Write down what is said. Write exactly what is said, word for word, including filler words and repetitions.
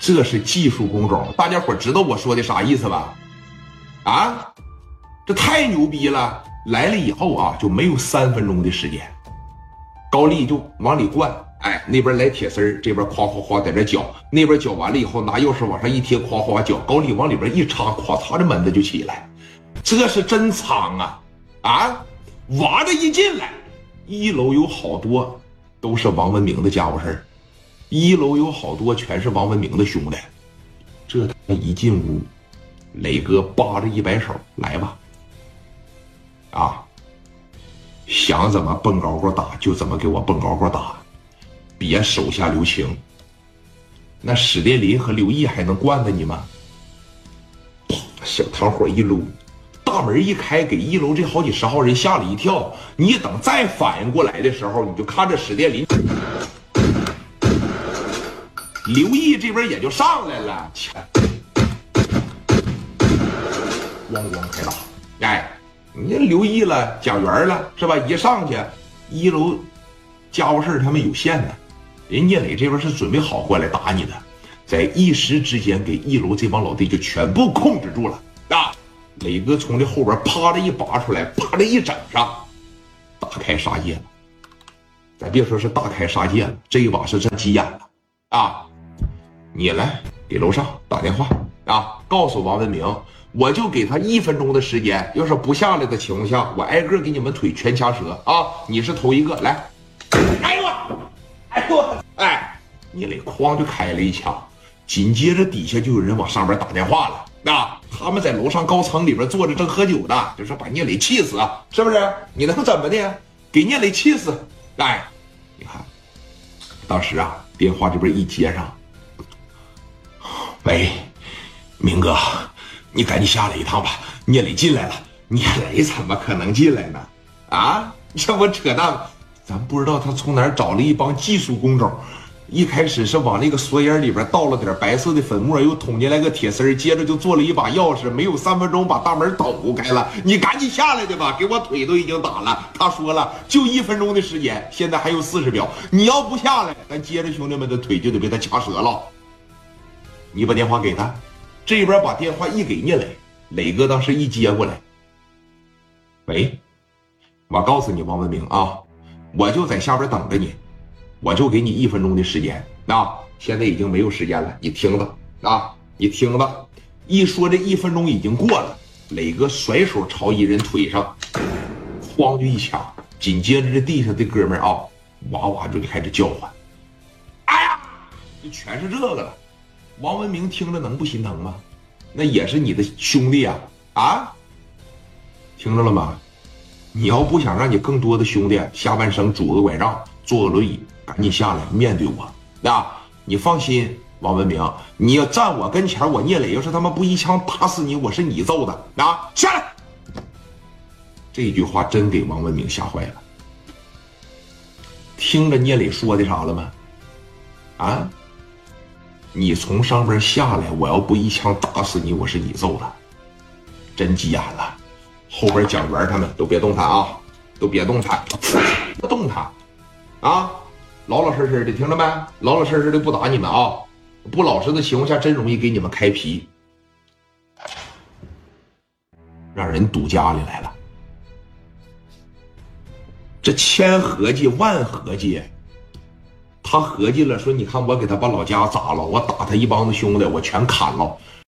这是技术工种，大家伙知道我说的啥意思吧？啊，这太牛逼了！来了以后啊，就没有三分钟的时间，高丽就往里灌，哎，那边来铁丝儿，这边夸夸夸在这搅，那边搅完了以后，拿钥匙往上一贴，夸夸搅，高丽往里边一插，咵嚓的门子就起来，这是真仓啊！啊，娃子一进来，一楼有好多都是王文明的家伙事儿，一楼有好多全是王文明的兄弟。这他一进屋，磊哥扒着一摆手，来吧，啊，想怎么蹦高高打就怎么给我蹦高高打，别手下留情。那史殿林和刘毅还能惯着你吗？小团伙一撸，大门一开，给一楼这好几十号人吓了一跳。你等再反应过来的时候，你就看着史殿林、刘毅这边也就上来了，咣咣开打。哎，你刘毅了，蒋元了，是吧？一上去，一楼家伙事他们有限的，人聂磊这边是准备好过来打你的，在一时之间给一楼这帮老弟就全部控制住了啊！磊哥从这后边啪的一拔出来，啪的一整上，大开杀戒了。咱别说是大开杀戒了，这一把是真急眼了啊！你来给楼上打电话啊，告诉王文明，我就给他一分钟的时间，要是不下来的情况下，我挨个给你们腿全掐折啊！你是头一个，来！哎呦我，哎呦我，哎，聂磊哐就开了一枪，紧接着底下就有人往上边打电话了。啊，他们在楼上高层里边坐着正喝酒呢，就说把聂磊气死啊，是不是？你能怎么的？给聂磊气死！哎，你看，当时啊，电话这边一接上，喂，明哥，你赶紧下来一趟吧，聂磊进来了。聂磊怎么可能进来呢？啊，这不扯淡吗？咱不知道他从哪儿找了一帮技术工种。一开始是往那个锁眼里边倒了点白色的粉末，又捅进来个铁丝，接着就做了一把钥匙，没有三分钟把大门抖开了。你赶紧下来的吧，给我腿都已经打了。他说了，就一分钟的时间，现在还有四十秒，你要不下来，咱接着兄弟们的腿就得被他掐折了。你把电话给他，这边把电话一给聂磊，磊哥当时一接过来，喂，我告诉你王文明啊，我就在下边等着你。我就给你一分钟的时间啊！现在已经没有时间了，你听着啊！你听着，一说这一分钟已经过了，磊哥甩手朝一人腿上，哐就一枪，紧接着这地下的哥们儿啊，哇哇就开始叫唤，哎呀，就全是这个了。王文明听着能不心疼吗？那也是你的兄弟呀！啊，听着了吗？你要不想让你更多的兄弟下半生拄个拐杖，坐个轮椅，赶紧下来面对我啊！你放心，王文明，你要站我跟前，我聂磊要是他妈不一枪打死你，我是你揍的啊！下来！这句话真给王文明吓坏了。听着聂磊说的啥了吗？啊！你从上边下来，我要不一枪打死你，我是你揍的，真急眼了。后边蒋元他们都别动弹啊，都别动弹，不动弹啊！老老实实的，听着没？老老实实的不打你们啊！不老实的情况下，真容易给你们开皮，让人堵家里来了。这千合计万合计，他合计了说：“你看我给他把老家砸了，我打他一帮子兄弟，我全砍了。”